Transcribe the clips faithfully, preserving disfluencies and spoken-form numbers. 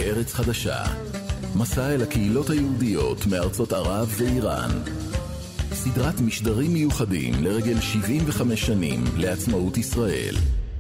ארץ חדשה. מסע אל הקהילות היהודיות מארצות ערב ואיראן. סדרת משדרים מיוחדים לרגל שבעים וחמש שנים לעצמאות ישראל.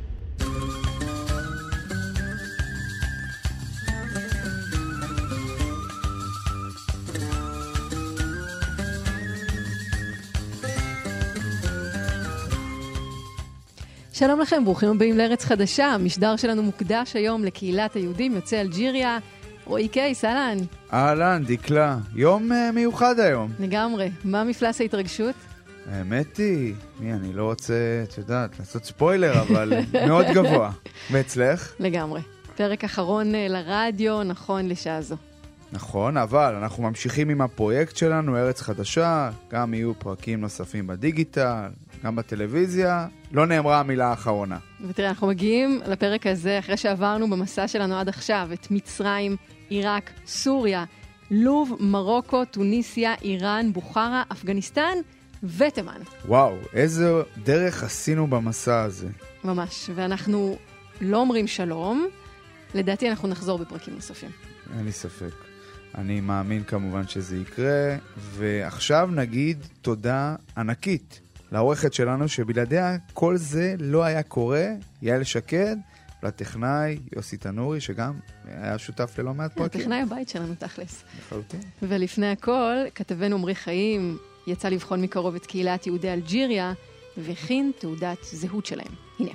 שלום לכם, ברוכים הבאים לארץ חדשה. המשדר שלנו מוקדש היום לקהילת היהודים יוצאי אלג'יריה. רועי קייס, אהלן. אהלן, דקלה. יום uh, מיוחד היום. לגמרי. מה מפלס ההתרגשות? האמת היא, מי, אני לא רוצה, את יודעת, לעשות ספוילר, אבל מאוד גבוה. ואצלך? לגמרי. פרק אחרון uh, לרדיו, נכון לשעה זו. נכון, אבל אנחנו ממשיכים עם הפרויקט שלנו, ארץ חדשה, גם יהיו פרקים נוספים בדיגיטל, גם בטלוויזיה, לא נאמרה המילה האחרונה. ותראה, אנחנו מגיעים לפרק הזה אחרי שעברנו במסע שלנו עד עכשיו, את מצרים, עיראק, סוריה, לוב, מרוקו, טוניסיה, איראן, בוכרה, אפגניסטן ותימן. וואו, איזה דרך עשינו במסע הזה. ממש, ואנחנו לא אומרים שלום, לדעתי אנחנו נחזור בפרקים נוספים. אין לי ספק. אני מאמין כמובן שזה יקרה, ועכשיו נגיד תודה ענקית לעורכת שלנו, שבלעדיה כל זה לא היה קורה, יעל שקד, לטכנאי יוסי תנורי, שגם היה שותף ללא מעט פרקים. הטכנאי הבית שלנו תכלס. לחלוטין. ולפני הכל, כתבנו עמרי חיים, יצא לבחון מקרוב את קהילת יהודי אלג'יריה, והכין תעודת זהות שלהם. הנה.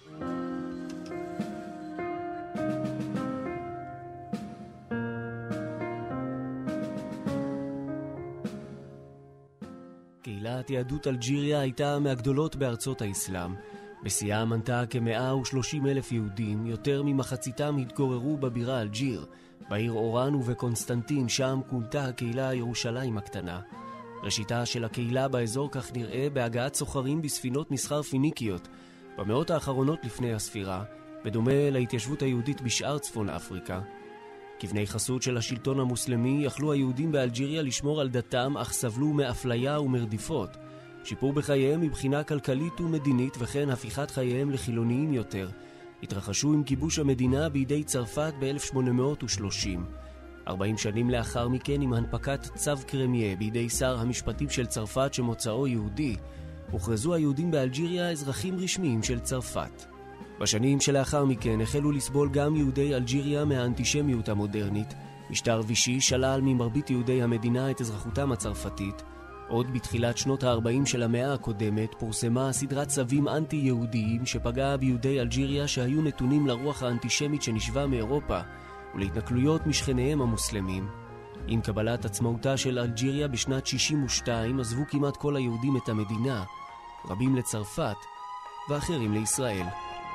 קהילת יהדות אלג'יריה הייתה מהגדולות בארצות האסלאם. בשיאה מנתה כ-מאה ושלושים אלף יהודים, יותר ממחציתם התגוררו בבירה אלג'יר. בעיר אורן ובקונסטנטין, שם כונתה הקהילה ירושלים הקטנה. ראשיתה של הקהילה באזור, כך נראה, בהגעת סוחרים בספינות מסחר פיניקיות במאות האחרונות לפני הספירה, בדומה להתיישבות היהודית בשאר צפון אפריקה. כבני חסות של השלטון המוסלמי יכלו היהודים באלג'יריה לשמור על דתם, אך סבלו מאפליה ומרדיפות. שיפור בחייהם מבחינה כלכלית ומדינית, וכן הפיכת חייהם לחילוניים יותר, התרחשו עם כיבוש המדינה בידי צרפת ב-אלף שמונה מאות ושלושים. ארבעים שנים לאחר מכן, עם הנפקת צו קרמיה בידי שר המשפטים של צרפת שמוצאו יהודי, הוכרזו היהודים באלג'יריה אזרחים רשמיים של צרפת. בשנים שלאחר מכן החלו לסבול גם יהודי אלג'יריה מהאנטישמיות המודרנית. משטר וישי שלל ממרבית יהודי המדינה את אזרחותם הצרפתית. עוד בתחילת שנות ה-ארבעים של המאה הקודמת פורסמה סדרת צווים אנטי-יהודיים שפגעה ביהודי אלג'יריה שהיו נתונים לרוח האנטישמית שנשבה מאירופה ולהתנכלויות משכניהם המוסלמים. עם קבלת עצמאותה של אלג'יריה בשנת שישים ושתיים עזבו כמעט כל היהודים את המדינה, רבים לצרפת ואחרים לישראל.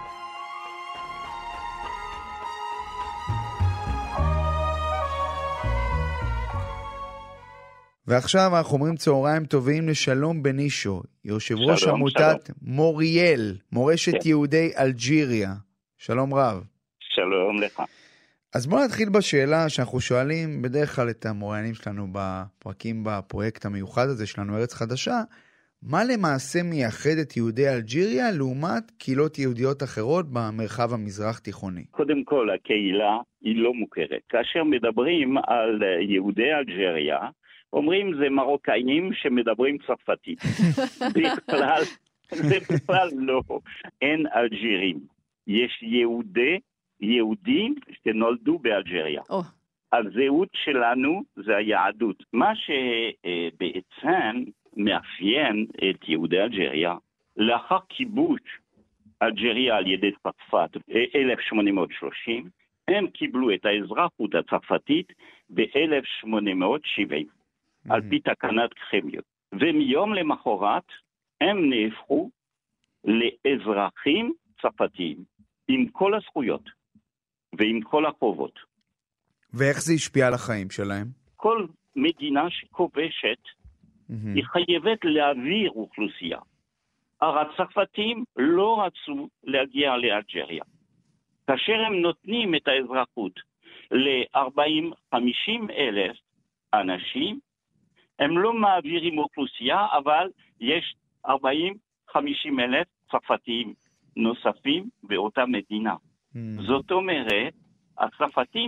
ועכשיו אנחנו אומרים צהריים טובים לשלום בנישו, יושב ראש עמותת מוריאל, מורשת כן. יהודי אלג'יריה. שלום רב. שלום לך. אז בואו נתחיל בשאלה שאנחנו שואלים בדרך כלל את המוראיינים שלנו בפרקים בפרויקט המיוחד הזה שלנו ארץ חדשה, מה למעשה מייחד את יהודי אלג'יריה לעומת קהילות יהודיות אחרות במרחב המזרח תיכוני? קודם כל, הקהילה היא לא מוכרת. כאשר מדברים על יהודי אלג'יריה, אומרים זה מרוקאים שמדברים צרפתית. בכלל, זה בכלל לא. אין אלג'ירים. יש יהודי, יהודים שנולדו באלג'יריה. Oh. הזהות שלנו זה היהדות. מה שבעצם מאפיין את יהודי אלג'יריה, לאחר כיבוש אלג'יריה על ידי צרפת ב-אלף שמונה מאות ושלושים, הם קיבלו את האזרחות הצרפתית ב-אלף שמונה מאות שבעים. Mm-hmm. על פי תקנת קרמיות. ומיום למחרת הם נהפכו לאזרחים צרפתיים, עם כל הזכויות ועם כל החובות. ואיך זה השפיע על החיים שלהם? כל מדינה שכובשת mm-hmm. היא חייבת להעביר אוכלוסייה. הצרפתים לא רצו להגיע לאלג'יריה. כאשר הם נותנים את האזרחות ל-ארבעים חמישים אלף אנשים, הם לא מעבירים אוכלוסייה, אבל יש ארבעים חמישים אלף צרפתיים נוספים באותה מדינה. Mm. זאת אומרת, הצרפתים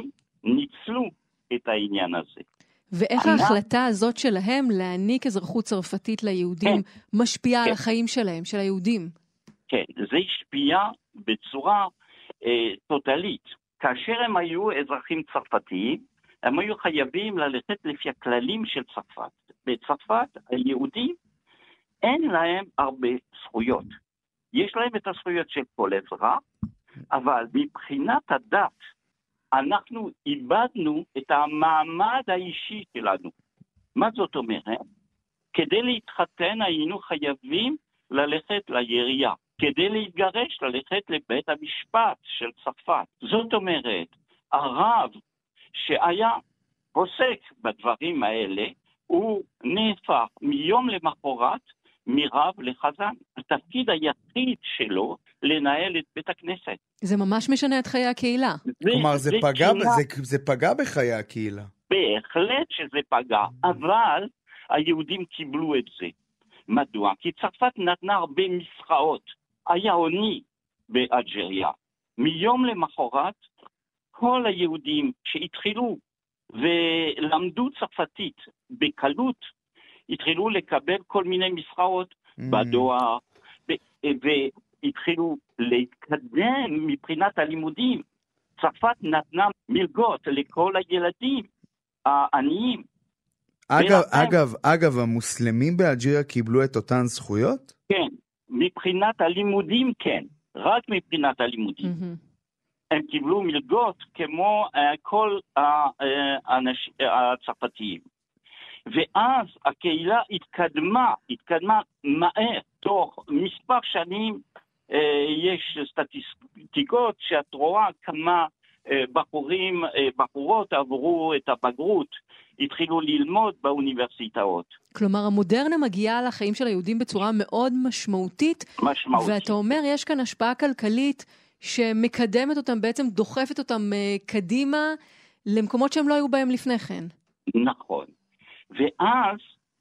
ניצלו את העניין הזה. ואיך אני... ההחלטה הזאת שלהם להעניק אזרחות צרפתית ליהודים כן. משפיעה כן. על החיים שלהם, של היהודים? כן, זה השפיע בצורה אה, טוטלית. כאשר הם היו אזרחים צרפתיים, הם היו חייבים ללכת לפי הכללים של צרפת. בצרפת היהודים אין להם הרבה זכויות. יש להם את הזכויות של כל אזרח, אבל מבחינת הדת, אנחנו איבדנו את המעמד האישי שלנו. מה זאת אומרת? כדי להתחתן היינו חייבים ללכת לעירייה. כדי להתגרש ללכת לבית המשפט של צרפת. זאת אומרת, הרב שהיה פוסק בדברים האלה, הוא נהפך מיום למחרת מרב לחזן. התפקיד היחיד שלו לנהל את בית הכנסת. זה ממש משנה את חיי הקהילה. זה, כלומר, זה, זה, פגע, קהילה, זה, זה פגע בחיי הקהילה. בהחלט שזה פגע, אבל היהודים קיבלו את זה. מדוע? כי צרפת נתנה הרבה מסחאות. היה עוני באלג'יריה. מיום למחרת, כל היהודים שהתחילו ולמדו צרפתית בקלות, התחילו לקבל כל מיני מסחאות mm. בדואר, והתחילו להתקדם מבחינת הלימודים. צרפת נתנה מלגות לכל הילדים העניים. אגב, ולכן, אגב, אגב, המוסלמים באלג'יריה קיבלו את אותן זכויות? כן, מבחינת הלימודים כן, רק מבחינת הלימודים. Mm-hmm. הם קיבלו מלגות כמו uh, כל האנשים uh, uh, הצרפתיים. ואז הקהילה התקדמה, התקדמה מהר, תוך מספר שנים uh, יש סטטיסטיקות שאת רואה כמה uh, בחורים, uh, בחורות עברו את הבגרות, התחילו ללמוד באוניברסיטאות. כלומר, המודרנה מגיעה לחיים של היהודים בצורה מאוד משמעותית, משמעותית. ואתה אומר, יש כאן השפעה כלכלית שמקדמת אותם, בעצם דוחפת אותם uh, קדימה למקומות שהם לא היו בהם לפני כן. נכון. ואז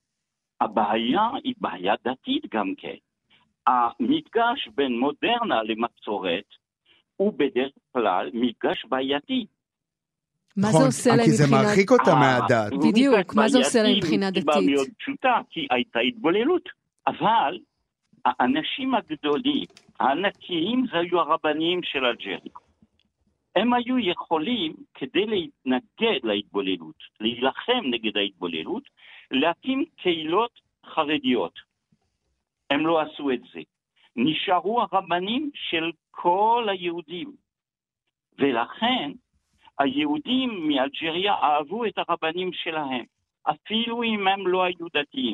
הבעיה היא בעיה דתית גם כן. המפגש בין מודרנה למסורת הוא בדרך כלל מפגש בעייתי. מה זה עושה להם מבחינת... כי זה מרחיק אותה מהדת. בדיוק, מה זה עושה להם מבחינה דתית? היא מאוד פשוטה, כי הייתה התבוללות. אבל האנשים הגדולים, הענקיים, זה היו הרבנים של אלג'יריה. הם היו יכולים, כדי להתנגד להתבוללות, להילחם נגד ההתבוללות, להקים קהילות חרדיות. הם לא עשו את זה. נשארו הרבנים של כל היהודים. ולכן, היהודים מאלג'יריה אהבו את הרבנים שלהם, אפילו אם הם לא היו דתיים.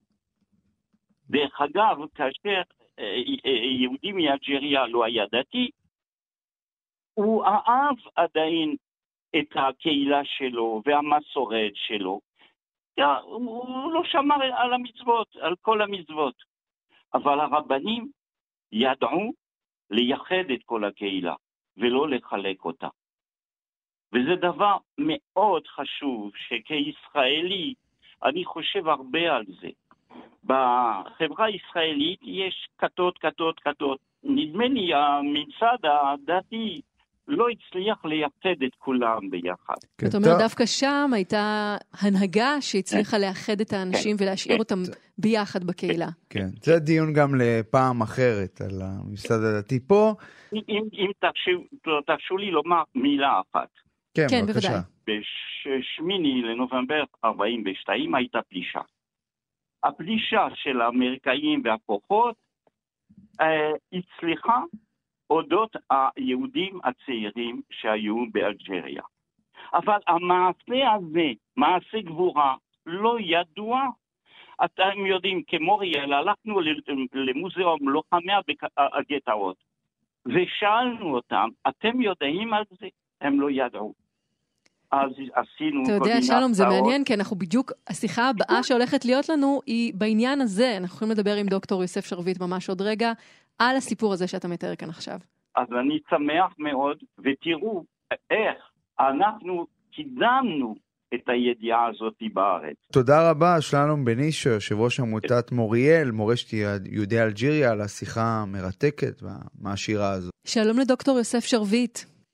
דרך אגב, כאשר יהודי מאלג'יריה לא היה דתי, הוא אהב עדיין את הקהילה שלו והמסורת שלו. הוא לא שמר על המצוות, על כל המצוות. אבל הרבנים ידעו לייחד את כל הקהילה ולא לחלק אותה. וזה דבר מאוד חשוב שכישראלי אני חושב הרבה על זה. בחברה הישראלית יש כתות, כתות, כתות. נדמה לי המצד הדתי לא הצליח לייחד את כולם ביחד. זאת אומרת, דווקא שם הייתה הנהגה שהצליחה לאחד את האנשים ולהשאיר אותם ביחד בקהילה. כן, זה דיון גם לפעם אחרת על הממסד הדתי פה. אם תרשו לי לומר מילה אחת. כן, בוודאי. בשמיני לנובמבר ארבעים ושתיים הייתה פלישה. הפלישה של האמריקאים והכוחות אה, הצליחה אודות היהודים הצעירים שהיו באלג'יריה. אבל המעשה הזה, מעשה גבורה, לא ידוע. אתם יודעים, כמוריאל, הלכנו למוזיאום לוחמי הגטאות, ושאלנו אותם, אתם יודעים על זה? הם לא ידעו. אז עשינו... אתה יודע, שלום, זה מעניין, כי אנחנו בדיוק, השיחה הבאה שהולכת להיות לנו היא בעניין הזה. אנחנו יכולים לדבר עם דוקטור יוסף שרביט ממש עוד רגע, על הסיפור הזה שאתה מתאר כאן עכשיו. אז אני שמח מאוד, ותראו איך אנחנו קידמנו את הידיעה הזאת בארץ. תודה רבה, שלום בנישו, יושב ראש עמותת מוריאל, מורשת יהודי אלג'יריה, על השיחה המרתקת והמעשירה הזאת. שלום לדוקטור יוסף שרביט.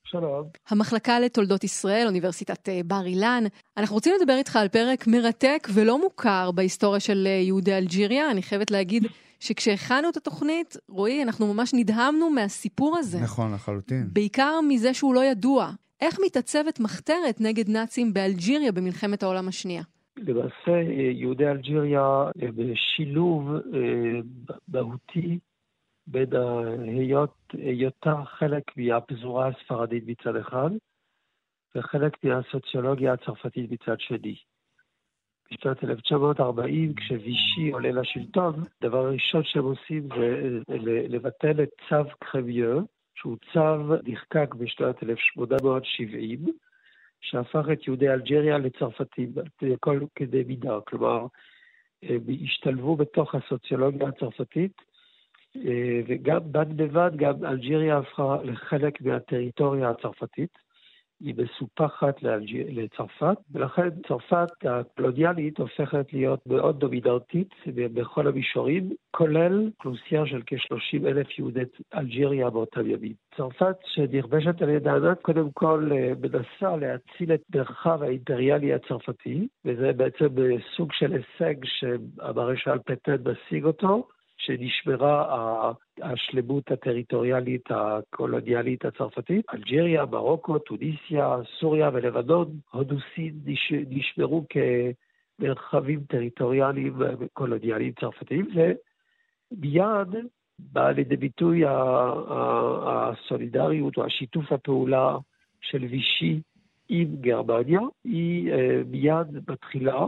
שלום. המחלקה לתולדות ישראל, אוניברסיטת בר אילן. אנחנו רוצים לדבר איתך על פרק מרתק ולא מוכר בהיסטוריה של יהודי אלג'יריה. אני חייבת להגיד שכשהכנו את התוכנית, רועי, אנחנו ממש נדהמנו מהסיפור הזה. נכון, לחלוטין. בעיקר מזה שהוא לא ידוע. איך מתעצבת מחתרת נגד נאצים באלג'יריה במלחמת העולם השנייה? למעשה, יהודי אלג'יריה בשילוב מהותי בין היותה חלק מהפזורה הספרדית מצד אחד, וחלק מהסוציולוגיה הצרפתית מצד שני. בשנת אלף תשע מאות ארבעים, כשווישי עולה לשלטון, הדבר הראשון שהם עושים זה לבטל את צו קרמיו, שהוא צו נחקק בשנת אלף שמונה מאות שבעים, שהפך את יהודי אלג'יריה לצרפתים, כל כדי מידה. כלומר, הם השתלבו בתוך הסוציולוגיה הצרפתית, וגם בד בבד, גם אלג'יריה הפכה לחלק מהטריטוריה הצרפתית, היא מסופחת לצרפת, ולכן צרפת הקולוניאלית הופכת להיות מאוד דומיננטית בכל המישורים, כולל אוכלוסייה של כ-שלושים אלף יהודי אלג'יריה באותם ימים. צרפת שנכבשת על ידי הנאצים, קודם כל מנסה להציל את מרחב האימפריאלי הצרפתי, וזה בעצם סוג של הישג שהמרשל פטן משיג אותו, שנשמרה השלמות הטריטוריאלית הקולוניאלית הצרפתית. אלג'יריה, מרוקו, טוניסיה, סוריה ולבנון, הודו סין נשמרו כמרחבים טריטוריאליים קולוניאליים צרפתיים, ומיד בא לידי ביטוי הסולידריות או השיתוף הפעולה של וישי עם גרמניה. היא מיד מתחילה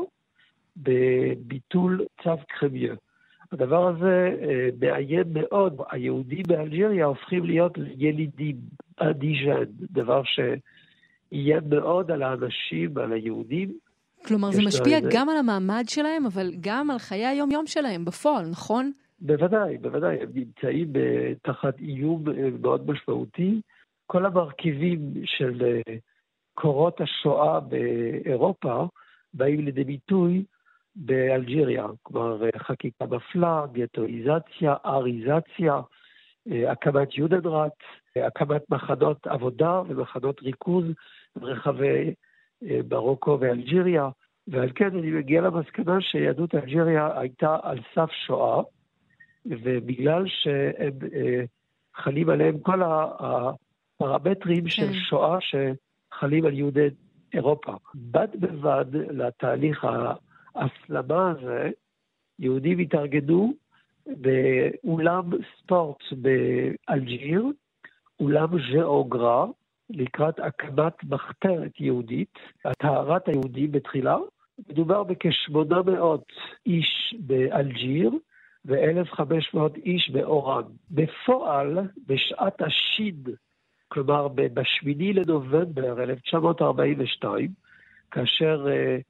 בביטול צו קרמיו. הדבר הזה מאיים מאוד. היהודים באלג'יריה הופכים להיות ילידים, אדיז'ן, דבר שיהיה מאוד על האנשים, על היהודים. כלומר, זה משפיע גם על המעמד שלהם, אבל גם על חיי היום-יום שלהם בפועל, נכון? בוודאי, בוודאי. הם נמצאים תחת איום מאוד משמעותי. כל המרכיבים של קורות השואה באירופה באים לידי ביטוי באלג'יריה, כלומר חקיקה מפלה, גטואיזציה, אריזציה, הקמת יודנראט, הקמת מחנות עבודה ומחנות ריכוז ברחבי מרוקו ואלג'יריה, ועל כן אני מגיע למסקנה שיהדות אלג'יריה הייתה על סף שואה, ובגלל שהם חלים עליהם כל הפרמטרים של שואה שחלים על יהודי אירופה. בד בבד לתהליך ה הסלמה הזה, יהודים התארגנו באולם ספורט באלג'יר, אולם ז'אוגרה, לקראת הקמת מחתרת יהודית, הטהרת היהודים בתחילה. מדובר בכ-שמונה מאות איש באלג'יר ו-אלף וחמש מאות איש באורן. בפועל, בשעת השיד, כלומר בשמיני לנובמבר אלף תשע מאות ארבעים ושתיים, כאשר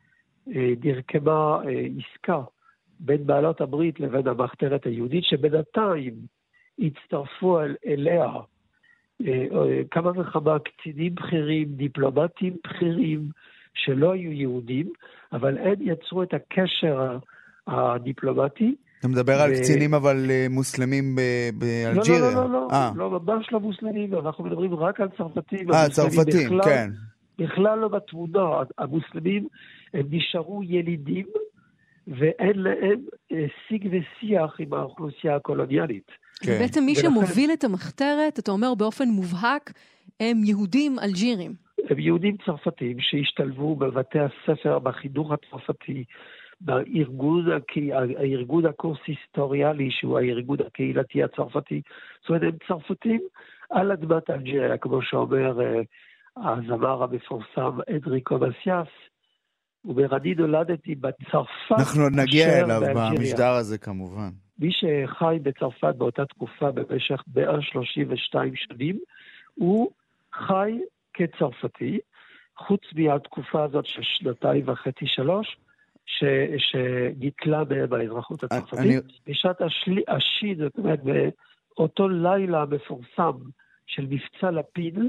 נרקמה עסקה בין בעלות הברית לבין המחתרת היהודית, שבינתיים הצטרפו אליה כמה וכמה קצינים בכירים, דיפלומטים בכירים, שלא היו יהודים, אבל הם יצרו את הקשר הדיפלומטי. אתה מדבר על קצינים אבל מוסלמים באלג'יריה? לא, לא, לא, לא, לא, ממש לא מוסלמים, אנחנו מדברים רק על צרפתים. אה, צרפתים, כן. בכלל לא בתמונה, המוסלמים הם נשארו ילידים, ואין להם שיג ושיח עם האוכלוסייה הקולוניאלית. ובעצם מי שמוביל את המחתרת, אתה אומר באופן מובהק, הם יהודים אלג'ירים. הם יהודים צרפתים שהשתלבו בבתי הספר, בחינוך הצרפתי, בארגון, הארגון הקורסיסטוריאלי, שהוא הארגון הקהילתי הצרפתי. זאת אומרת, הם צרפתים על אדמת אלג'יריה, כמו שאומר הזמר המפורסם אנריקו מסיאס, וברדי נולדתי בצרפת. אנחנו נגיע אליו במשדר הזה כמובן. מי שחי בצרפת באותה תקופה במשך מאה שלושים ושתיים שנים, הוא חי כצרפתי, חוץ מהתקופה הזאת של שנתיים וחצי שלוש, ש... שנתלה בהם האזרחות הצרפתית. אני... בשעת השל... השיד, זאת אומרת, באותו לילה מפורסם של מבצע לפיד,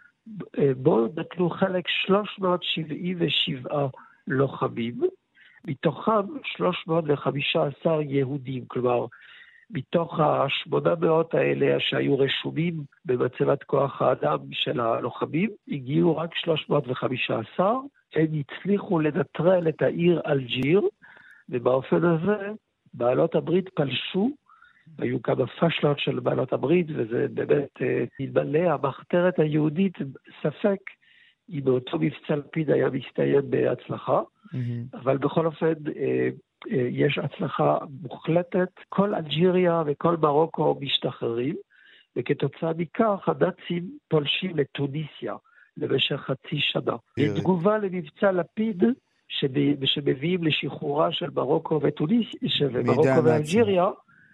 בו נטלו חלק שלוש מאות שבעים ושבעה לוחמים, מתוכם שלוש מאות וחמישה עשר יהודים, כלומר, מתוך ה-שמונה מאות האלה שהיו רשומים במצבת כוח האדם של הלוחמים, הגיעו רק שלוש מאות וחמש עשרה, הם הצליחו לנטרל את העיר אלג'יר, ובאופן הזה בעלות הברית פלשו, היו כמה פשלות של בעלות הברית, וזה באמת נתבלה המחתרת היהודית, ספק אם באותו מבצע לפיד היה מסתיים בהצלחה, mm-hmm. אבל בכל אופן יש הצלחה מוחלטת, כל אלג'יריה וכל מרוקו משתחררים, וכתוצאה מכך הנאצים פולשים לטוניסיה למשך חצי שנה. בתגובה למבצע לפיד, שמביאים לשחרורה של מרוקו וטוניסיה, ומרוקו ואלג'יריה,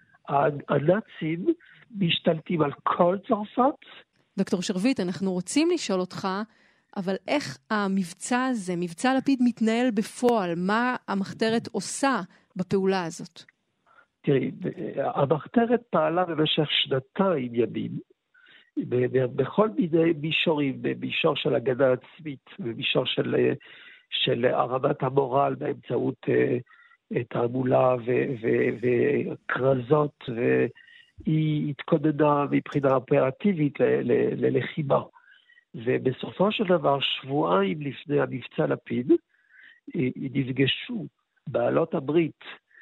הנאצים משתלטים על כל צרפת. דוקטור שרביט, אנחנו רוצים לשאול אותך, אבל איך המבצע הזה, מבצע לפיד, מתנהל בפועל? מה המחתרת עושה בפעולה הזאת? תראי, המחתרת פעלה במשך שנתיים ימים, בכל מיני מישורים, במישור של הגנה עצמית, במישור של, של הרמת המורל באמצעות תעמולה וקרזות, והיא התכוננה מבחינה אופרטיבית ללחימה. ובסופו של דבר, שבועיים לפני המבצע לפיד, נפגשו בעלות הברית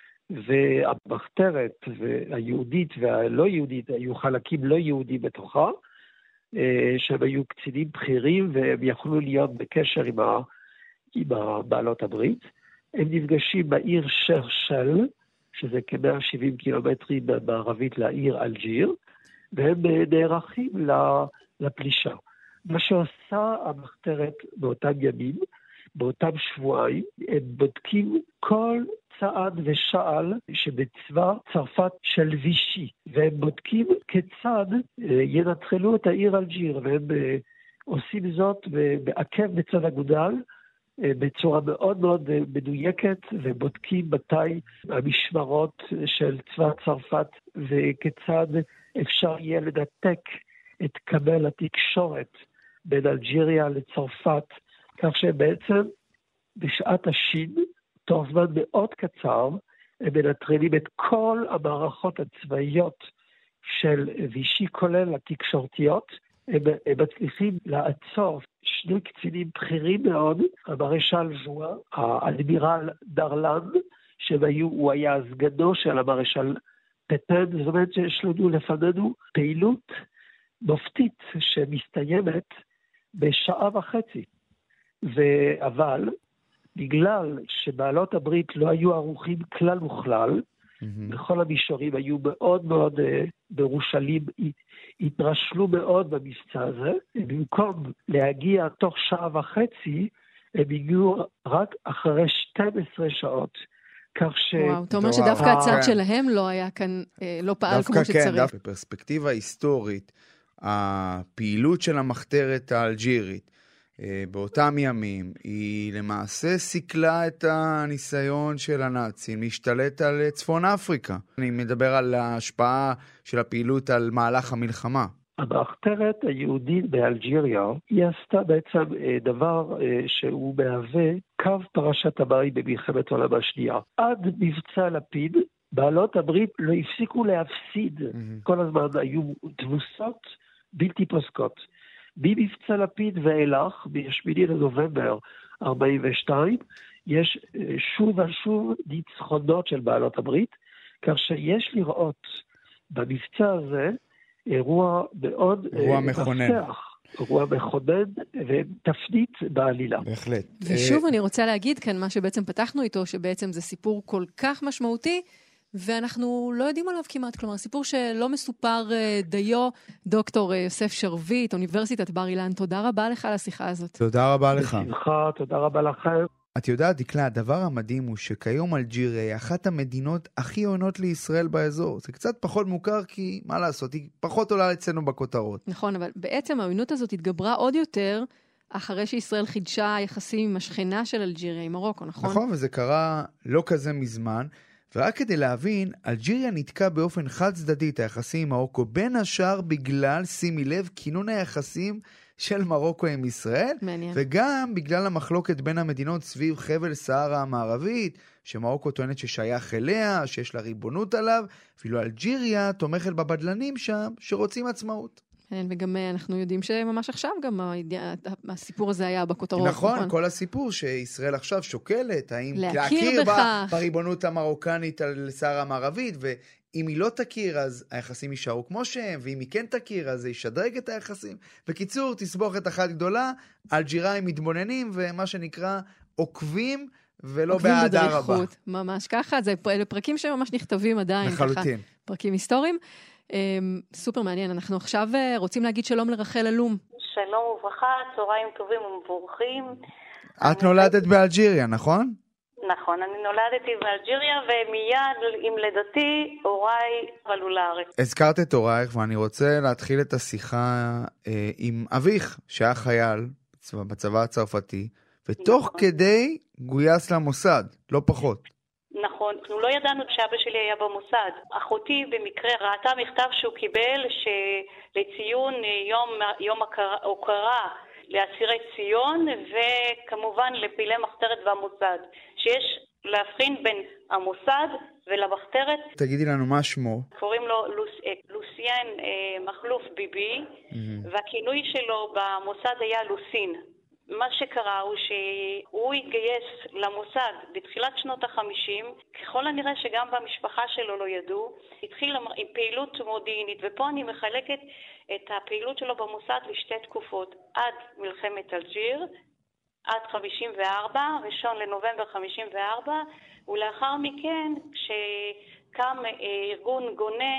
והמחתרת והיהודית והלא יהודית, היו חלקים לא יהודים בתוכה, שהם היו קצינים בכירים והם יכלו להיות בקשר עם, ה, עם בעלות הברית. הם נפגשים בעיר שרשל, שזה כ-מאה ושבעים קילומטרים מערבית לעיר אלג'יר, והם נערכים לפלישה. מה שעושה המחתרת באותם ימים, באותם שבועיים, הם בודקים כל צעד ושעל שבצבא צרפת של וישי, והם בודקים כיצד ינטרלו את העיר אלג'יר, והם עושים זאת בעקב בצד אגודל, בצורה מאוד מאוד מדויקת, ובודקים מתי המשמרות של צבא צרפת, וכיצד אפשר יהיה לנתק את קבל התקשורת בין אלג'יריה לצרפת, כך שבעצם בשעת השין, תוך זמן מאוד קצר, הם מנטרלים את כל המערכות הצבאיות של וישי, כולל התקשורתיות. הם, הם מצליחים לעצור שני קצינים בכירים מאוד, המרשל ז'ואה, האדמירל דרלן, שהוא היה סגנו של המרשל פטן, זאת אומרת שיש לנו לפנינו פעילות מופתית שמסתיימת בשעה וחצי. אבל בגלל שבעלות הברית לא היו ערוכים כלל וכלל, mm-hmm. בכל המישורים היו מאוד מאוד ברושלים, התרשלו מאוד במבצע הזה, במקום להגיע תוך שעה וחצי, הם הגיעו רק אחרי שתים עשרה שעות. כך ש... וואו, אתה אומר שדווקא הצד שלהם לא היה כאן, לא פעל כמו שצריך. דווקא כן, דווקא בפרספקטיבה היסטורית, הפעילות של המחתרת האלג'ירית באותם ימים, היא למעשה סיכלה את הניסיון של הנאצים להשתלט על צפון אפריקה. אני מדבר על ההשפעה של הפעילות על מהלך המלחמה. המחתרת היהודית באלג'יריה, היא עשתה בעצם דבר שהוא מהווה קו פרשת המים במלחמת העולם השנייה. עד מבצע לפיד, בעלות הברית לא הפסיקו להפסיד. Mm-hmm. כל הזמן היו תבוסות בלתי פוסקות. במבצע לפיד ואילך, ב-שמיני לנובמבר ארבעים ושתיים, יש שוב ושוב ניצחונות של בעלות הברית, כך שיש לראות במבצע הזה אירוע מאוד אירוע מכונן. אירוע מכונן ותפנית בעלילה. בהחלט. ושוב אני רוצה להגיד כאן מה שבעצם פתחנו איתו, שבעצם זה סיפור כל כך משמעותי, ואנחנו לא יודעים עליו כמעט, כלומר, סיפור שלא מסופר דיו. דוקטור יוסף שרביט, אוניברסיטת בר אילן, תודה רבה לך על השיחה הזאת. תודה רבה לך. בשמחה, תודה רבה לכם. את יודעת, דקלה, הדבר המדהים הוא שכיום אלג'יריה היא אחת המדינות הכי עוינות לישראל באזור. זה קצת פחות מוכר כי, מה לעשות, היא פחות עולה אצלנו בכותרות. נכון, אבל בעצם העוינות הזאת התגברה עוד יותר אחרי שישראל חידשה יחסים עם השכנה של אלג'יריה, עם מרוקו, נכון? נכון, וזה קרה לא כזה מזמן. ורק כדי להבין, אלג'יריה נתקע באופן חד צדדי את היחסים עם מרוקו, בין השאר בגלל, שימי לב, כינון היחסים של מרוקו עם ישראל, מעניין. וגם בגלל המחלוקת בין המדינות סביב חבל סהרה המערבית, שמרוקו טוענת ששייך אליה, שיש לה ריבונות עליו, אפילו אלג'יריה תומכת בבדלנים שם שרוצים עצמאות. כן, וגם אנחנו יודעים שממש עכשיו גם הסיפור הזה היה בכותרות. נכון, נכון? כל הסיפור שישראל עכשיו שוקלת, האם להכיר בכך. בריבונות המרוקנית על סהרה המערבית, ואם היא לא תכיר אז היחסים יישארו כמו שהם, ואם היא כן תכיר אז זה ישדרג את היחסים. בקיצור, תסבוכת אחת גדולה, אלג'יראים מתבוננים ומה שנקרא עוקבים, ולא באהדה רבה. ממש ככה, זה אלה פרקים שממש נכתבים עדיין. לחלוטין. ככה, פרקים היסטוריים. סופר מעניין, אנחנו עכשיו רוצים להגיד שלום לרחל אלום. שלום וברכה, צהריים טובים ומבורכים. את נולדת באלג'יריה, נכון? נכון, אני נולדתי באלג'יריה, ומיד עם לידתי הוריי עלו לארץ. הזכרת את הורייך, ואני רוצה להתחיל את השיחה אה, עם אביך, שהיה חייל בצבא הצרפתי, ותוך נכון. כדי גויס למוסד, לא פחות. נכון, אנחנו לא ידענו שאבא שלי היה במוסד. אחותי במקרה ראתה מכתב שהוא קיבל לציון יום, יום הוקרה לאסירי ציון, וכמובן לפעילי מחתרת והמוסד, שיש להבחין בין המוסד ולמחתרת. תגידי לנו מה שמו. קוראים לו לוס, לוסיין מחלוף ביבי, mm-hmm. והכינוי שלו במוסד היה לוסין. מה שקרה הוא שהוא התגייס למוסד בתחילת שנות החמישים, ככל הנראה שגם במשפחה שלו לא ידעו, התחיל עם פעילות מודיעינית, ופה אני מחלקת את הפעילות שלו במוסד לשתי תקופות, עד מלחמת אלג'יר, עד חמישים וארבע, ראשון לנובמבר חמישים וארבע, ולאחר מכן כשקם ארגון גונן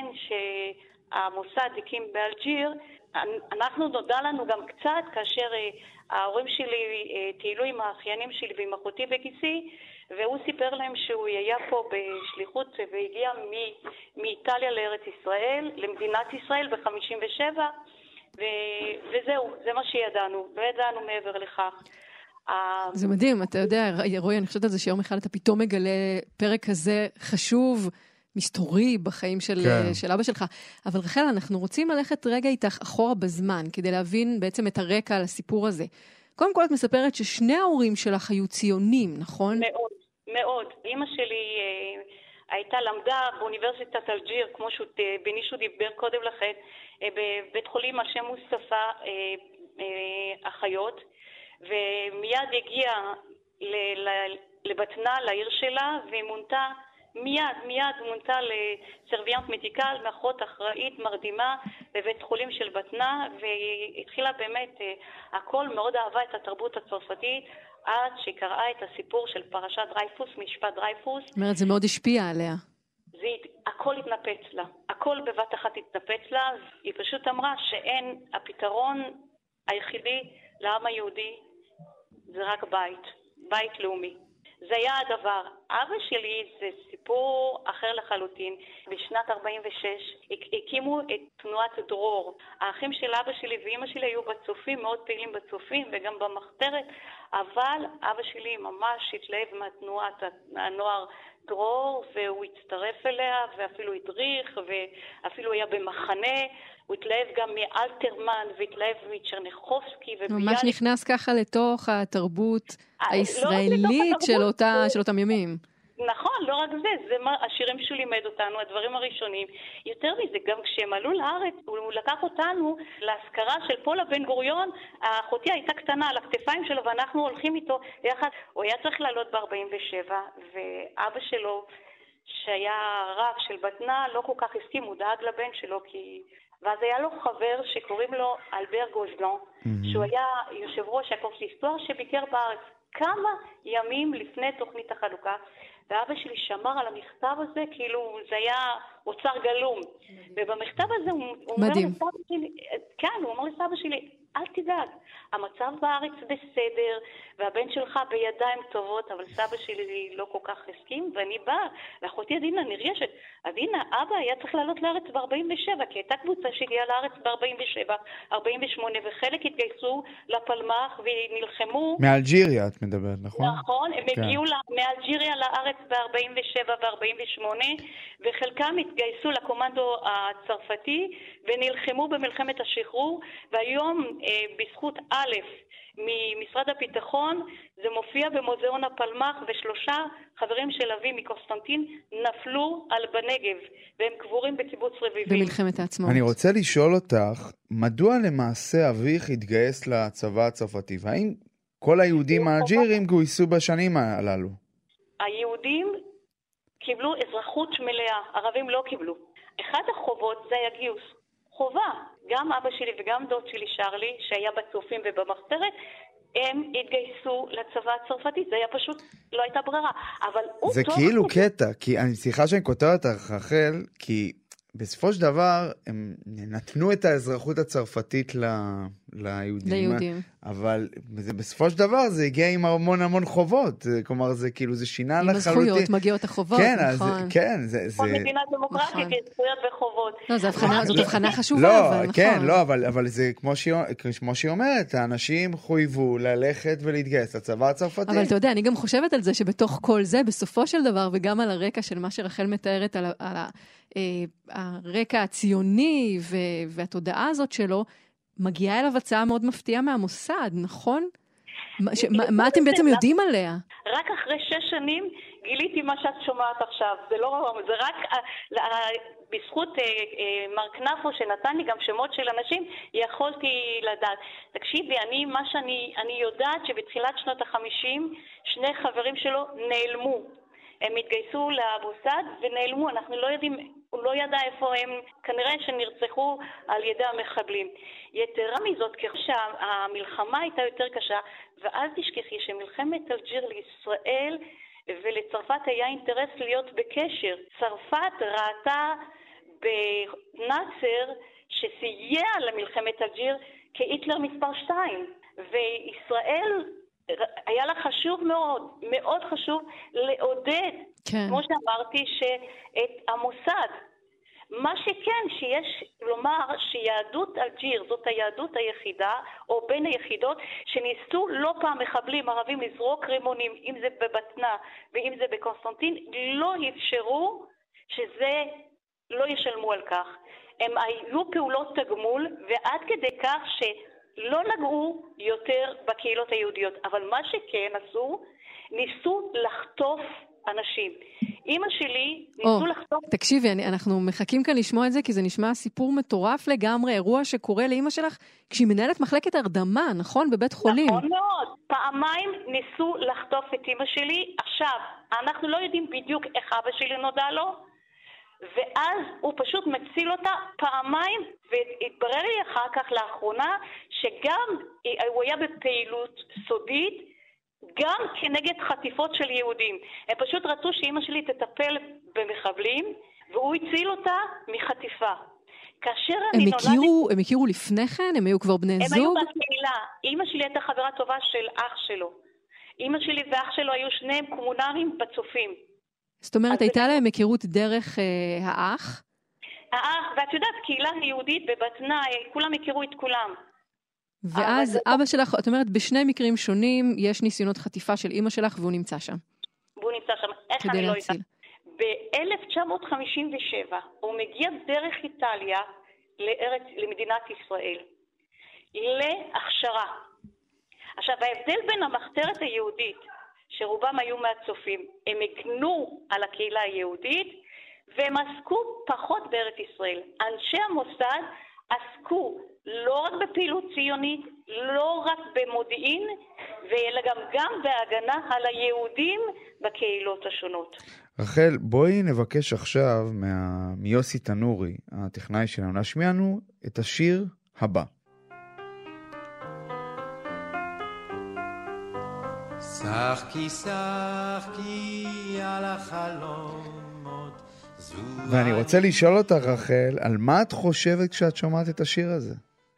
שהמוסד הקים באלג'יר, אנחנו נודע לנו גם קצת כאשר ההורים שלי טיילו עם האחיינים שלי ועם אחותי וגיסי, והוא סיפר להם שהוא היה פה בשליחות והגיע מאיטליה לארץ ישראל, למדינת ישראל ב-חמישים ושבע, וזהו, זה מה שידענו, לא ידענו מעבר לכך. זה מדהים, אתה יודע, רועי, אני חושבת על זה שיום אחד אתה פתאום מגלה פרק כזה חשוב, מסתורי בחיים של, כן. של אבא שלך. אבל רחל, אנחנו רוצים ללכת רגע איתך אחורה בזמן, כדי להבין בעצם את הרקע על הסיפור הזה. קודם כל את מספרת ששני ההורים שלך היו ציונים, נכון? מאוד, מאוד. אמא שלי אה, הייתה למדה באוניברסיטת אלג'יר, כמו שבנישו דיבר קודם לכן, אה, בבית חולים על שם מוסטפא אה, אה, אחיות, ומיד הגיעה ל- ל- לבטנה, לעיר שלה, והיא מונתה מיד, מיד מונתה לסרביאנט מדיקל, מאחות אחראית מרדימה בבית חולים של בטנה, והיא התחילה באמת, הכל מאוד אהבה את התרבות הצרפתית, עד שקראה את הסיפור של פרשת דרייפוס, משפט דרייפוס. זאת אומרת, זה מאוד השפיע עליה. זה, הכל התנפץ לה, הכל בבת אחת התנפץ לה, היא פשוט אמרה שאין, הפתרון היחידי לעם היהודי זה רק בית, בית לאומי. זה היה הדבר. אבא שלי זה סיפור אחר לחלוטין. בשנת ארבעים ושש הקימו את תנועת דרור. האחים של אבא שלי ואמא שלי היו בצופים, מאוד פעילים בצופים וגם במחתרת, אבל אבא שלי ממש התלהב מהתנועת הנוער דרור, והוא הצטרף אליה ואפילו הדריך ואפילו היה במחנה. הוא התלהב גם מאלתרמן והתלהב מצ'רניחובסקי וביאליק. ממש נכנס ככה לתוך התרבות הישראלית של אותה, של אותם ימים. נכון, לא רק זה, זה מה השירים שהוא לימד אותנו, הדברים הראשונים. יותר מזה, גם כשהם עלו לארץ, הוא לקח אותנו להזכרה של פולה בן גוריון, האחותי הייתה קטנה על הכתפיים שלו, ואנחנו הולכים איתו יחד. הוא היה צריך לעלות ב-ארבעים ושבע, ואבא שלו, שהיה רב של בטנה, לא כל כך הסכים, הוא דאג לבן שלו, כי... ואז היה לו חבר שקוראים לו אלבר גוזלון, mm-hmm. שהוא היה יושב ראש הקונסיסטואר שביקר בארץ כמה ימים לפני תוכנית החלוקה, ואבא שלי שמר על המכתב הזה כאילו זה היה אוצר גלום, מדהים. ובמכתב הזה הוא, הוא אומר לסבא שלי, כן, הוא אומר לסבא שלי, אל תדאג, המצב בארץ בסדר, והבן שלך בידיים טובות, אבל סבא שלי לא כל כך הסכים, ואני באה, לאחותי עדינה נרגשת, עדינה, אבא היה צריך לעלות לארץ ב-ארבעים ושבע, כי הייתה קבוצה שהגיעה לארץ ב-ארבעים ושבע, ארבעים ושמונה, וחלק התגייסו לפלמ"ח ונלחמו. מאלג'יריה את מדברת, נכון? נכון, הם כן. הגיעו מאלג'יריה לארץ ב-ארבעים ושבע ו-ארבעים ושמונה, וחלקם התגייסו לקומנדו הצרפתי, ונלחמו במלחמת השחרור, והיום בזכות א' ממשרד הביטחון, זה מופיע במוזיאון הפלמ"ח, ושלושה חברים של אבי מקוסטנטין נפלו על בנגב, והם קבורים בקיבוץ רביבים. במלחמת העצמאות. אני רוצה לשאול אותך, מדוע למעשה אביך התגייס לצבא הצרפתי? והאם כל היהודים האלג'ירים גויסו בשנים הללו? היהודים קיבלו אזרחות מלאה, ערבים לא קיבלו. אחד החובות זה היה גיוס. חובה. גם אבא שלי וגם דוד שלי שרלי, שהיה בצופים ובמחתרת, הם התגייסו לצבא הצרפתי. זה היה פשוט, לא הייתה ברירה. אבל זה כאילו הוא... קטע, כי אני סליחה שאני כותר אותך, רחל, כי בסופו של דבר הם נתנו את האזרחות הצרפתית ל... ליהודים. ליהודים. אבל זה, בסופו של דבר זה הגיע עם המון המון חובות. כלומר, זה כאילו, זה שינה לחלוטין. עם הזכויות מגיעות החובות, כן, נכון. אז, כן, זה... זה... כל מדינה דמוקרטית, נכון. יש זכויות וחובות. לא, זו הבחנה, זאת הבחנה חשובה, לא, אבל כן, נכון. לא, אבל, אבל זה כמו שהיא, כמו שהיא אומרת, האנשים חויבו ללכת ולהתגייס לצבא הצרפתי. אבל אתה יודע, אני גם חושבת על זה שבתוך כל זה, בסופו של דבר, וגם על הרקע של מה שרחל מתארת, על, על הרקע הציוני והתודעה הזאת שלו, מגיעה אליו הצעה מאוד מפתיעה מהמוסד, נכון? מה אתם בעצם יודעים עליה? רק אחרי שש שנים גיליתי מה שאת שומעת עכשיו. זה לא, זה רק בזכות מר כנפו שנתן לי גם שמות של אנשים, יכולתי לדעת. תקשיבי, אני, מה שאני, אני יודעת שבתחילת שנות החמישים, שני חברים שלו נעלמו. הם התגייסו למוסד ונעלמו, אנחנו לא יודעים, הוא לא ידע איפה הם, כנראה שנרצחו על ידי המחבלים. יתרה מזאת, ככל שהמלחמה הייתה יותר קשה, ואז תשכחי שמלחמת אלג'יר לישראל ולצרפת היה אינטרס להיות בקשר. צרפת ראתה בנאצר שסייע למלחמת אלג'יר כהיטלר מספר שתיים, וישראל היה לה חשוב מאוד, מאוד חשוב לעודד, כן. כמו שאמרתי, שאת המוסד. מה שכן, שיש לומר שיהדות אלג'יר זאת היהדות היחידה, או בין היחידות, שניסו לא פעם מחבלים ערבים לזרוק רימונים, אם זה בבטנה ואם זה בקונסטנטין, לא אפשרו שזה לא ישלמו על כך. הם היו פעולות תגמול, ועד כדי כך ש... לא נגעו יותר בקהילות היהודיות, אבל מה שכן עשו, ניסו לחטוף אנשים. אמא שלי ניסו oh, לחטוף... תקשיבי, אני, אנחנו מחכים כאן לשמוע את זה, כי זה נשמע סיפור מטורף לגמרי, אירוע שקורה לאמא שלך, כשהיא מנהלת מחלקת הרדמה, נכון? בבית חולים. נכון מאוד. פעמיים ניסו לחטוף את אמא שלי. עכשיו, אנחנו לא יודעים בדיוק איך אבא שלי נודע לו, ואז הוא פשוט מציל אותה פעמיים, והתברר לי אחר כך לאחרונה שגם הוא היה בפעילות סודית גם כנגד חטיפות של יהודים. הם פשוט רצו שאמא שלי תטפל במחבלים, והוא הציל אותה מחטיפה. כאשר אני הם נולדתי... הכירו, הם הכירו לפני כן? הם היו כבר בני הם זוג? הם היו בקהילה. אמא שלי הייתה חברה טובה של אח שלו. אמא שלי ואח שלו היו שניהם קומונרים בצופים. זאת אומרת, הייתה להם היכרות דרך אה, האח? האח, ואת יודעת, קהילה יהודית בבטנה, כולם הכירו את כולם. ואז אבא שלך, את אומרת, בשני מקרים שונים, יש ניסיונות חטיפה של אמא שלך, והוא נמצא שם. והוא נמצא שם, איך אני לא יודעת. ב-אלף תשע מאות חמישים ושבע, הוא מגיע דרך איטליה לארץ, למדינת ישראל, להכשרה. עכשיו, ההבדל בין המחתרת היהודית, שרובם היו מהצופים, הם הגנו על הקהילה היהודית, והם עסקו פחות בארץ ישראל. אנשי המוסד עסקו לא רק בפעילות ציונית, לא רק במודיעין, אלא גם, גם בהגנה על היהודים בקהילות השונות. רחל, בואי נבקש עכשיו מה... מיוסי תנורי, הטכנאי שלנו, להשמיע לנו את השיר הבא. שחקי שחקי על החלומות. ואני רוצה לשאול אותך, רחל, על מה את חושבת כשאת שומעת את השיר הזה?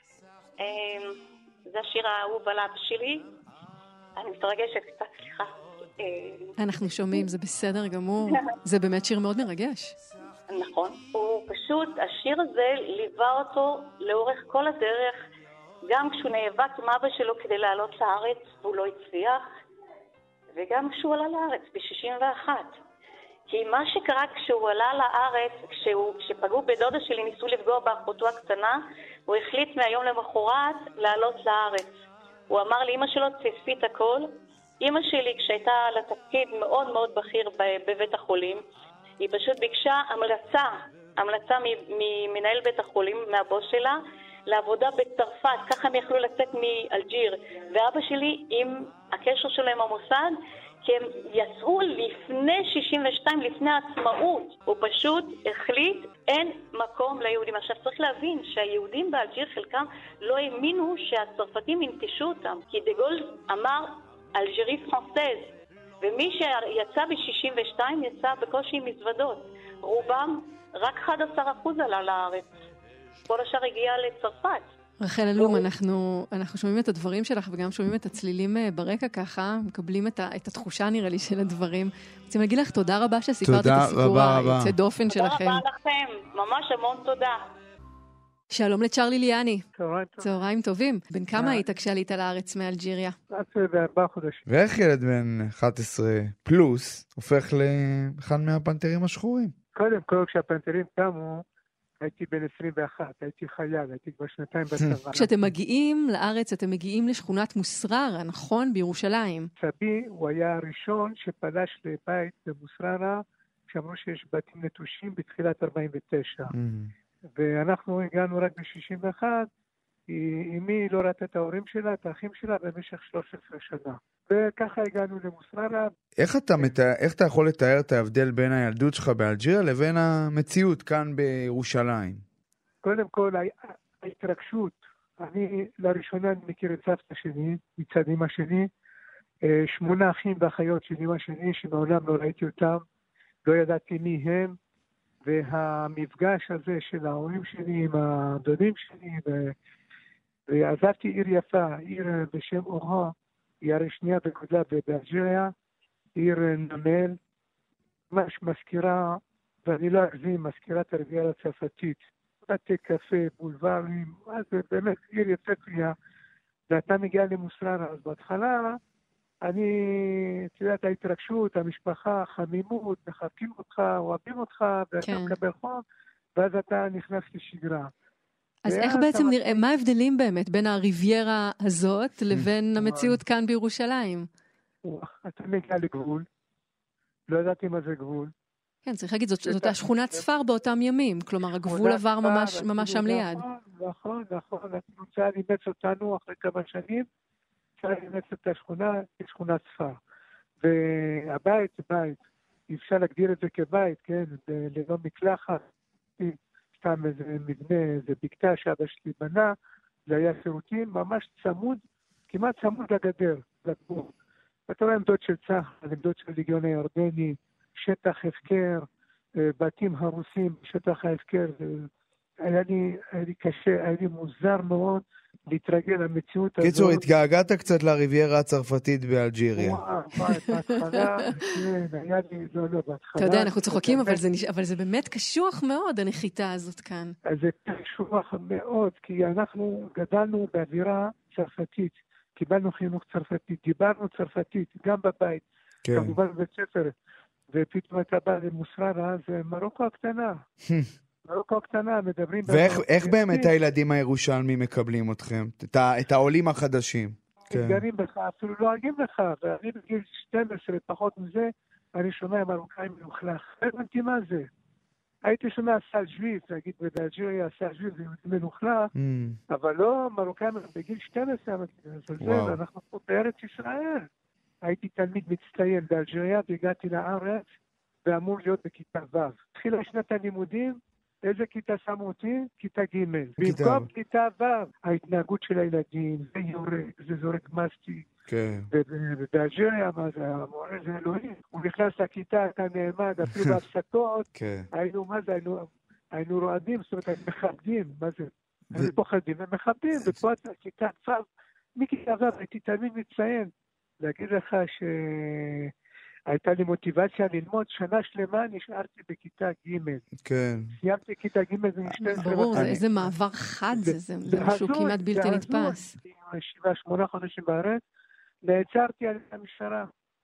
זה השיר האהוב על אבא שלי. אני מתרגשת קצת, סליחה. אנחנו שומעים, זה בסדר גמור. זה באמת שיר מאוד מרגש. נכון. הוא פשוט, השיר הזה ליווה אותו לאורך כל הדרך, גם כשהוא נאבק עם אבא שלו כדי לעלות לארץ, והוא לא הצליח, וגם כשהוא עלה לארץ ב-שישים ואחת. כי מה שקרה כשהוא עלה לארץ, כשהוא, כשפגעו בדודה שלי, ניסו לפגוע באחותו הקטנה, הוא החליט מהיום למחרת לעלות לארץ. הוא אמר לאמא שלו, תאספי את הכל. אמא שלי, כשהייתה על התפקיד מאוד מאוד בכיר בבית החולים, היא פשוט ביקשה המלצה, המלצה ממנהל בית החולים, מהבוס שלה, לעבודה בצרפת, ככה הם יכלו לצאת מאלג'יר. ואבא שלי, עם הקשר שלו עם המוסד, כי הם יצאו לפני שישים ושתיים, לפני העצמאות. הוא פשוט החליט, אין מקום ליהודים. עכשיו צריך להבין שהיהודים באלג'יר חלקם לא האמינו שהצרפתים ינטשו אותם. כי דגול אמר אלג'ירי פרנסז, ומי שיצא ב-שישים ושתיים יצא בקושי עם מזוודות. רובם רק אחד עשר אחוז עלה לארץ. כל השאר הגיע לצרפת. רחל אלום, אנחנו, אנחנו שומעים את הדברים שלך וגם שומעים את הצלילים ברקע ככה, מקבלים את, ה, את התחושה נראה לי של הדברים. רוצים להגיד לך תודה רבה שסיפרת את הסיפור היוצא דופן שלכם. תודה רבה לכם, ממש המון תודה. שלום לצ'רלי ליאני. צהריים טובים. צהריים טובים. בן כמה היית כשעלית לארץ מאלג'יריה? אחת עשרה וארבעה חודשים. ואיך ילד בן אחת עשרה פלוס הופך לאחד מהפנתרים השחורים? קודם כל כשהפנתרים קמו, הייתי בן עשרים ואחת, הייתי חייל, הייתי כבר שנתיים בצבא. כשאתם מגיעים לארץ, אתם מגיעים לשכונת מוסררה, נכון? בירושלים. סבי, הוא היה הראשון שפלש לבית במוסררה, שאמרו שיש בתים נטושים בתחילת ארבעים ותשע. ואנחנו הגענו רק ב-שישים ואחת, אמי לא ראתה את ההורים שלה, את האחים שלה, במשך שלוש עשרה שנה. וככה הגענו למוסררה. איך אתה, מתאר, איך אתה יכול לתאר את ההבדל בין הילדות שלך באלג'יריה לבין המציאות כאן בירושלים? קודם כל, ההתרגשות. אני לראשונה אני מכיר את סבתא שלי, מצד אמא שלי, שמונה אחים ואחיות של אמא שלי, שמעולם לא ראיתי אותם, לא ידעתי מי הם, והמפגש הזה של ההורים שלי עם הדודים שלי, ו... ועזבתי עיר יפה, עיר בשם אוהה, היא הרי שנייה בגודלה באלג'יריה, עיר נמל, ממש מזכירה, ואני לא אגזים, מזכירה את הריביירה הצרפתית, בתי קפה, בולברים, אז באמת עיר יוצאת פיה, ואתה מגיע למוסררה, אז בהתחלה, אני, אתה יודע, את ההתרגשות, המשפחה, חמימות, מחבקים אותך, אוהבים אותך, ואתה כן. מקבל חום, ואז אתה נכנס לשגרה. אז איך בעצם אתה... נראה, מה ההבדלים באמת בין הריביירה הזאת לבין המציאות כאן בירושלים? אתה מגיע לגבול, לא ידעתי מה זה גבול. כן, צריך להגיד, זאת, זאת השכונת ספר באותם ימים, כלומר הגבול עבר ממש, ממש שם ליד. נכון, נכון, אנחנו צה"ל אימץ אותנו אחרי כמה שנים, צה"ל אימץ את השכונה, כשכונת ספר. והבית זה בית, אפשר להגדיר את זה כבית, כן, ללא מקלחת, סתם איזה מבנה, איזה בקתה שאבא שלי בנה, זה היה שירותים ממש צמוד, כמעט צמוד לגדר, לגבול. ואתה רואה עמדות של צה"ל, עמדות של ליגיון הירדני, שטח הפקר, בתים הרוסים, שטח ההפקר, היה לי, היה לי קשה, היה לי מוזר מאוד להתרגל למציאות הזאת. קיצור, התגעגעת קצת לריביירה הצרפתית באלג'יריה. וואו, וואו, בהתחלה, כן, היה לי, לא, לא, בהתחלה. אתה יודע, אנחנו צוחקים, אבל זה, אבל זה באמת קשוח מאוד, הנחיתה הזאת כאן. זה קשוח מאוד, כי אנחנו גדלנו באווירה צרפתית, קיבלנו חינוך צרפתית, דיברנו צרפתית, גם בבית, כן. כמובן בבית ספר, ופתאום אתה בא למוסררה, זה מרוקו הקטנה. מרוקו הקטנה, מדברים... ואיך באמת הילדים הירושלמים מקבלים אתכם? את העולים החדשים? הם גרים בך, אפילו לא אגים לך, ואני בגיל שתים עשרה, פחות מזה, אני שומע מרוקאים מלוכלך. הבנתי מה זה. הייתי שומע סל שביב, להגיד באלג'יריה, סל שביב זה מלוכלך, אבל לא מרוקאים בגיל שתים עשרה, אנחנו פה בארץ ישראל. הייתי תלמיד מצטיין באלג'יריה, והגעתי לארץ, ואמור להיות בכיתה ו'. התחילה שנת הלימודים, איזה כיתה שמו אותי? כיתה ג'. במקום כיתה ו', ההתנהגות של הילדים, זה יורק, זה זורק מסטיק. כן. ובאלג'יריה, מה זה? המורה זה אלוהים. הוא נכנס לכיתה, אתה נעמד, אפילו בהפסקות. כן. היינו, מה זה? היינו רועדים, זאת אומרת, מכבדים, מה זה? היינו פוחדים ומכבדים, ופה אתה כיתה ו', מכיתה ו', הייתי תלמיד מצטיין. להגיד לך שהייתה לי מוטיבציה ללמוד שנה שלמה, נשארתי בכיתה ג'. כן. סיימתי כיתה ג' ושתים עשרה. ברור, זה איזה מעבר חד זה, זה משהו כמעט בלתי נתפס. שבעה, שמונה חודשים בארץ, נעצרתי על המשטרה.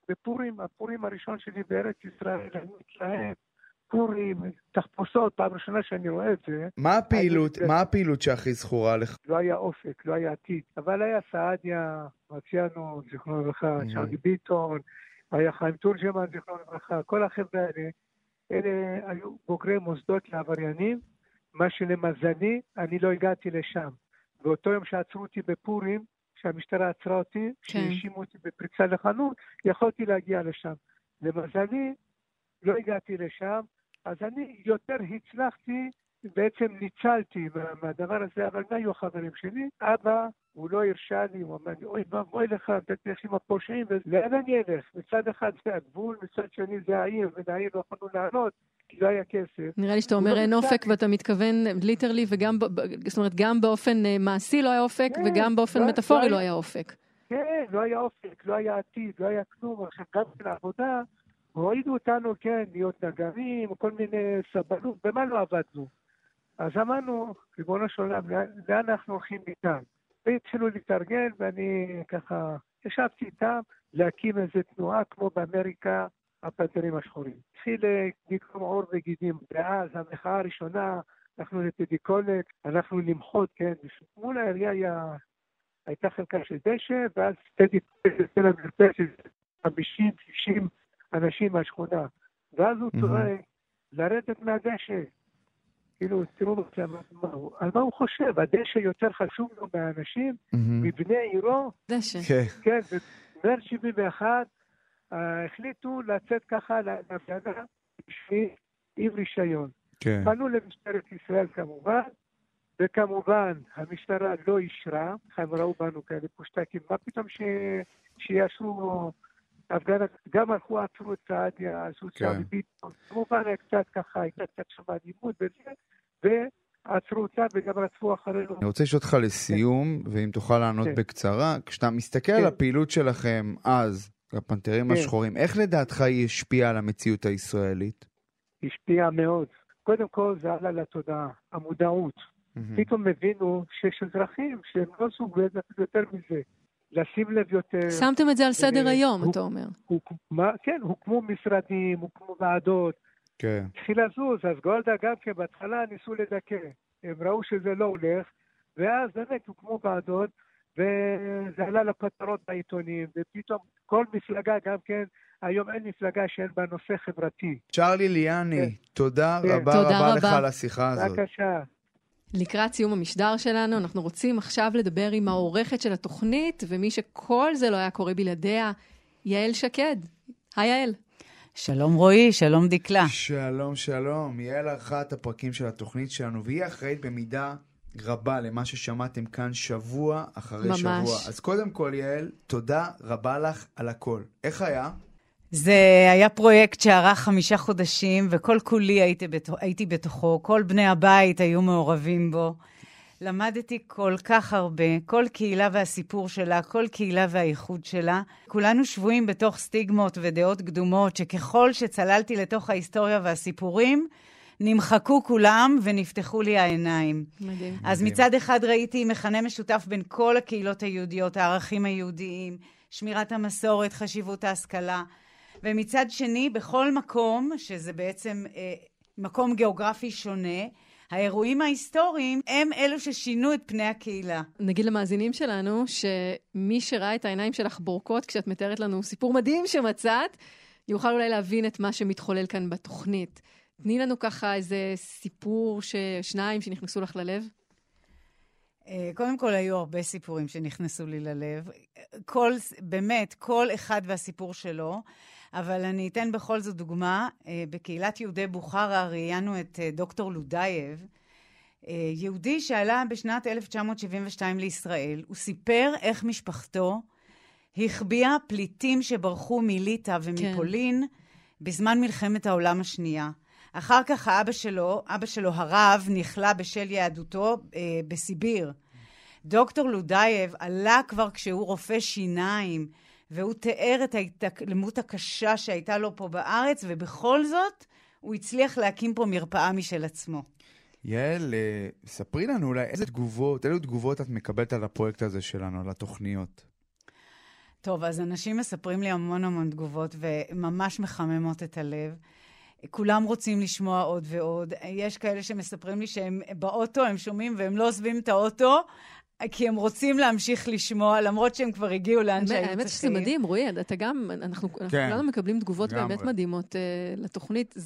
בפורים, הפורים הראשון שלי בארץ ישראל, אני מתלהב, פורים, תחפושות, פעם ראשונה שאני רואה את זה. מה הפעילות, מה הפעילות שהכי זכורה לך? לא היה אופק, לא היה עתיד, אבל היה סעדיה, מרציאנו, זיכרונו לברכה, צ'רלי ביטון, היה חיים תורג'מן, זיכרונו לברכה, כל החבר'ה האלה, אלה היו בוגרי מוסדות לעבריינים, מה שלמזלי, אני לא הגעתי לשם. באותו יום שעצרו אותי בפורים, שהמשטרה עצרה אותי, שהאשימו אותי בפריצה לחנות, יכולתי להגיע לשם. למזלי, לא הגעתי לשם, אז אני יותר הצלחתי, בעצם ניצלתי מהדבר הזה, אבל מה היו החברים שלי? אבא, הוא לא הרשה לי, הוא אמר לי, אוי, בואי לך, תלך עם הפושעים, ולאן אני אלך? מצד אחד זה הגבול, מצד שני זה העיר, ולעיר לא יכולנו לעלות, כי לא היה כסף. נראה לי שאתה אומר אין אופק, ואתה מתכוון ליטרלי, וגם, זאת אומרת, גם באופן מעשי לא היה אופק, וגם באופן מטאפורי לא היה אופק. כן, לא היה אופק, לא היה עתיד, לא היה כלום, עכשיו גם של העבודה, הועידו אותנו, כן, להיות נגרים, כל מיני סבלות, במה לא עבדנו? אז אמרנו, ריבונו של עולם, לאן אנחנו הולכים איתם? והתחילו להתארגן, ואני ככה ישבתי איתם להקים איזו תנועה כמו באמריקה, הפנתרים השחורים. התחיל לקרום עור וגידים, ואז המחאה הראשונה, אנחנו לטדיקולת, אנחנו למחות, כן, מול העירייה היה, הייתה חלקה של דשא, ואז טדיקולת של המרפסת, חמישים שישים אנשים מהשכונה, ואז הוא צורק לרדת מהדשא. כאילו, תראו בצלם, על מה הוא חושב? הדשא יותר חשוב לו מהאנשים, מבני עירו? דשא. כן, במרץ שבעים ואחת החליטו לצאת ככה להפגנה עם רישיון. פנו למשטרת ישראל כמובן, וכמובן המשטרה לא אישרה, הם ראו בנו כאלה פושטקים, מה פתאום שיעשו הפגנה, גם הלכו עצרו את סעדיה, עשו צ'רלי ביטון, כמובן היה קצת ככה, הייתה קצת שם אלימות וזה, ועצרו אותה וגם רצפו אחרינו. אני רוצה לשאול אותך לסיום, ואם תוכל לענות בקצרה, כשאתה מסתכל על הפעילות שלכם אז, הפנתרים השחורים, איך לדעתך היא השפיעה על המציאות הישראלית? השפיעה מאוד. קודם כל זה עלה לתודעה, המודעות. פתאום הבינו שיש אזרחים שהם לא סוג יותר מזה. לשים לב יותר. שמתם את זה על סדר היום, אתה אומר. כן, הוקמו משרדים, הוקמו ועדות. כן. התחיל לזוז, אז גולדה גם כן בהתחלה ניסו לדכא. הם ראו שזה לא הולך, ואז באמת הוקמו ועדות, וזה עלה לפטרות בעיתונים, ופתאום כל מפלגה גם כן, היום אין מפלגה שאין בה נושא חברתי. צ'רלי ליאני, תודה רבה רבה לך על השיחה הזאת. בבקשה. לקראת סיום המשדר שלנו, אנחנו רוצים עכשיו לדבר עם העורכת של התוכנית, ומי שכל זה לא היה קורה בלעדיה, יעל שקד. היי יעל. שלום רועי, שלום דקלה. שלום, שלום. יעל ערכה את הפרקים של התוכנית שלנו, והיא אחראית במידה רבה למה ששמעתם כאן שבוע אחרי ממש. שבוע. אז קודם כל, יעל, תודה רבה לך על הכל. איך היה? זה היה פרויקט שערך חמישה חודשים, וכל כולי הייתי, בתוכו, הייתי בתוכו, כל בני הבית היו מעורבים בו. למדתי כל כך הרבה, כל קהילה והסיפור שלה, כל קהילה והייחוד שלה. כולנו שבויים בתוך סטיגמות ודעות קדומות, שככל שצללתי לתוך ההיסטוריה והסיפורים, נמחקו כולם ונפתחו לי העיניים. מדהים. אז מדהים. מצד אחד ראיתי מכנה משותף בין כל הקהילות היהודיות, הערכים היהודיים, שמירת המסורת, חשיבות ההשכלה, ומצד שני, בכל מקום, שזה בעצם אה, מקום גיאוגרפי שונה, האירועים ההיסטוריים הם אלו ששינו את פני הקהילה. נגיד למאזינים שלנו, שמי שראה את העיניים שלך בורקות, כשאת מתארת לנו סיפור מדהים שמצאת, יוכל אולי להבין את מה שמתחולל כאן בתוכנית. תני לנו ככה איזה סיפור ששניים שנכנסו לך ללב. קודם כל היו הרבה סיפורים שנכנסו לי ללב. כל, באמת, כל אחד והסיפור שלו. אבל אני אתן בכל זאת דוגמה. בקהילת יהודי בוכרה ראיינו את דוקטור לודייב, יהודי שעלה בשנת אלף תשע מאות שבעים ושתיים לישראל. הוא סיפר איך משפחתו החביאה פליטים שברחו מליטא ומפולין כן. בזמן מלחמת העולם השנייה. אחר כך האבא שלו, אבא שלו הרב, נכלה בשל יהדותו אה, בסיביר. דוקטור לודייב עלה כבר כשהוא רופא שיניים, והוא תיאר את ההתאקלמות הקשה שהייתה לו פה בארץ, ובכל זאת הוא הצליח להקים פה מרפאה משל עצמו. יעל, ספרי לנו אולי איזה תגובות, אילו תגובות את מקבלת על הפרויקט הזה שלנו, על התוכניות? טוב, אז אנשים מספרים לי המון המון תגובות וממש מחממות את הלב. כולם רוצים לשמוע עוד ועוד. יש כאלה שמספרים לי שהם באוטו, הם שומעים והם לא עוזבים את האוטו, כי הם רוצים להמשיך לשמוע, למרות שהם כבר הגיעו לאן שהיו צריכים. האמת שזה מדהים, רועי, אתה גם, אנחנו כולנו מקבלים תגובות באמת מדהימות לתוכנית.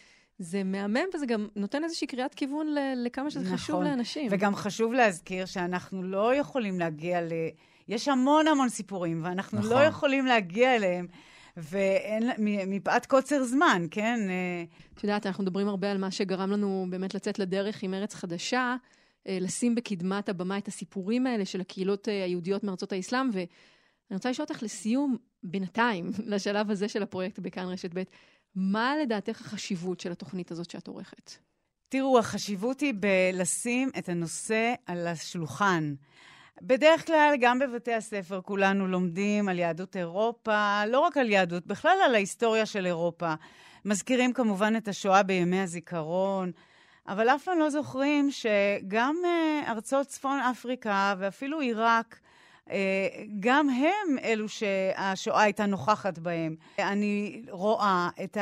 זה מהמם וזה גם נותן איזושהי קריאת כיוון לכמה שזה חשוב לאנשים. וגם חשוב להזכיר שאנחנו לא יכולים להגיע ל... יש המון המון סיפורים, ואנחנו לא יכולים להגיע אליהם. ואין, מפאת קוצר זמן, כן? את יודעת, אנחנו מדברים הרבה על מה שגרם לנו באמת לצאת לדרך עם ארץ חדשה, לשים בקדמת הבמה את הסיפורים האלה של הקהילות היהודיות מארצות האסלאם, ואני רוצה לשאול אותך לסיום, בינתיים, לשלב הזה של הפרויקט בכאן רשת ב', מה לדעתך החשיבות של התוכנית הזאת שאת עורכת? תראו, החשיבות היא בלשים את הנושא על השולחן. בדרך כלל, גם בבתי הספר, כולנו לומדים על יהדות אירופה, לא רק על יהדות, בכלל על ההיסטוריה של אירופה. מזכירים כמובן את השואה בימי הזיכרון, אבל אף פעם לא זוכרים שגם uh, ארצות צפון אפריקה ואפילו עיראק, uh, גם הם אלו שהשואה הייתה נוכחת בהם. אני רואה את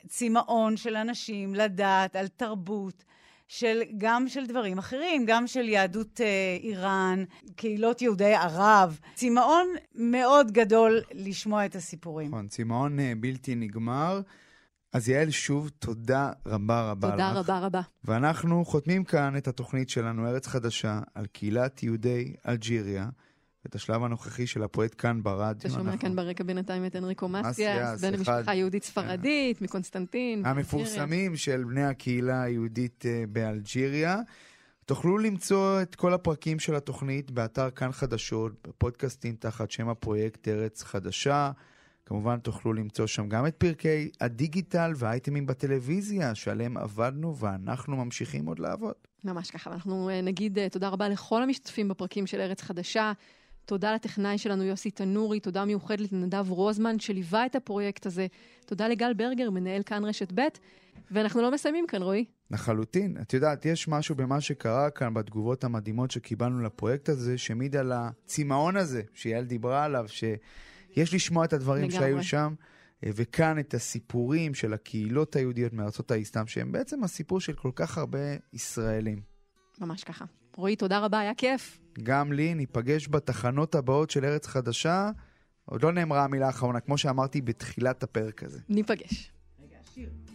הצמאון של אנשים לדעת על תרבות, של, גם של דברים אחרים, גם של יהדות אה, איראן, קהילות יהודי ערב. צמאון מאוד גדול לשמוע את הסיפורים. נכון, צמאון אה, בלתי נגמר. אז יעל, שוב, תודה רבה רבה תודה לך. רבה רבה. ואנחנו חותמים כאן את התוכנית שלנו, ארץ חדשה, על קהילת יהודי אלג'יריה, את השלב הנוכחי של הפרויקט כאן ברדיו. אתה שומע כאן ברקע בינתיים את אנריקו מסיאס, בן המשפחה יהודית ספרדית, מקונסטנטין. המפורסמים של בני הקהילה היהודית באלג'יריה. תוכלו למצוא את כל הפרקים של התוכנית באתר כאן חדשות, בפודקאסטים תחת שם הפרויקט ארץ חדשה. כמובן תוכלו למצוא שם גם את פרקי הדיגיטל והאייטמים בטלוויזיה שעליהם עבדנו ואנחנו ממשיכים עוד לעבוד. ממש ככה, אנחנו נגיד תודה רבה לכל המשתתפים בפרקים של ארץ חדשה. תודה לטכנאי שלנו יוסי תנורי, תודה מיוחדת לנדב רוזמן שליווה את הפרויקט הזה. תודה לגל ברגר, מנהל כאן רשת ב', ואנחנו לא מסיימים כאן, רועי. לחלוטין. את יודעת, יש משהו במה שקרה כאן בתגובות המדהימות שקיבלנו לפרויקט הזה, שמעיד על הצמאון הזה שיעל דיברה עליו, שיש לשמוע את הדברים לגמרי. שהיו שם, וכאן את הסיפורים של הקהילות היהודיות מארצות האסלאם, שהם בעצם הסיפור של כל כך הרבה ישראלים. ממש ככה. רועי, תודה רבה, היה כיף. גם לי, ניפגש בתחנות הבאות של ארץ חדשה. עוד לא נאמרה המילה האחרונה, כמו שאמרתי בתחילת הפרק הזה. ניפגש. רגע, שיר.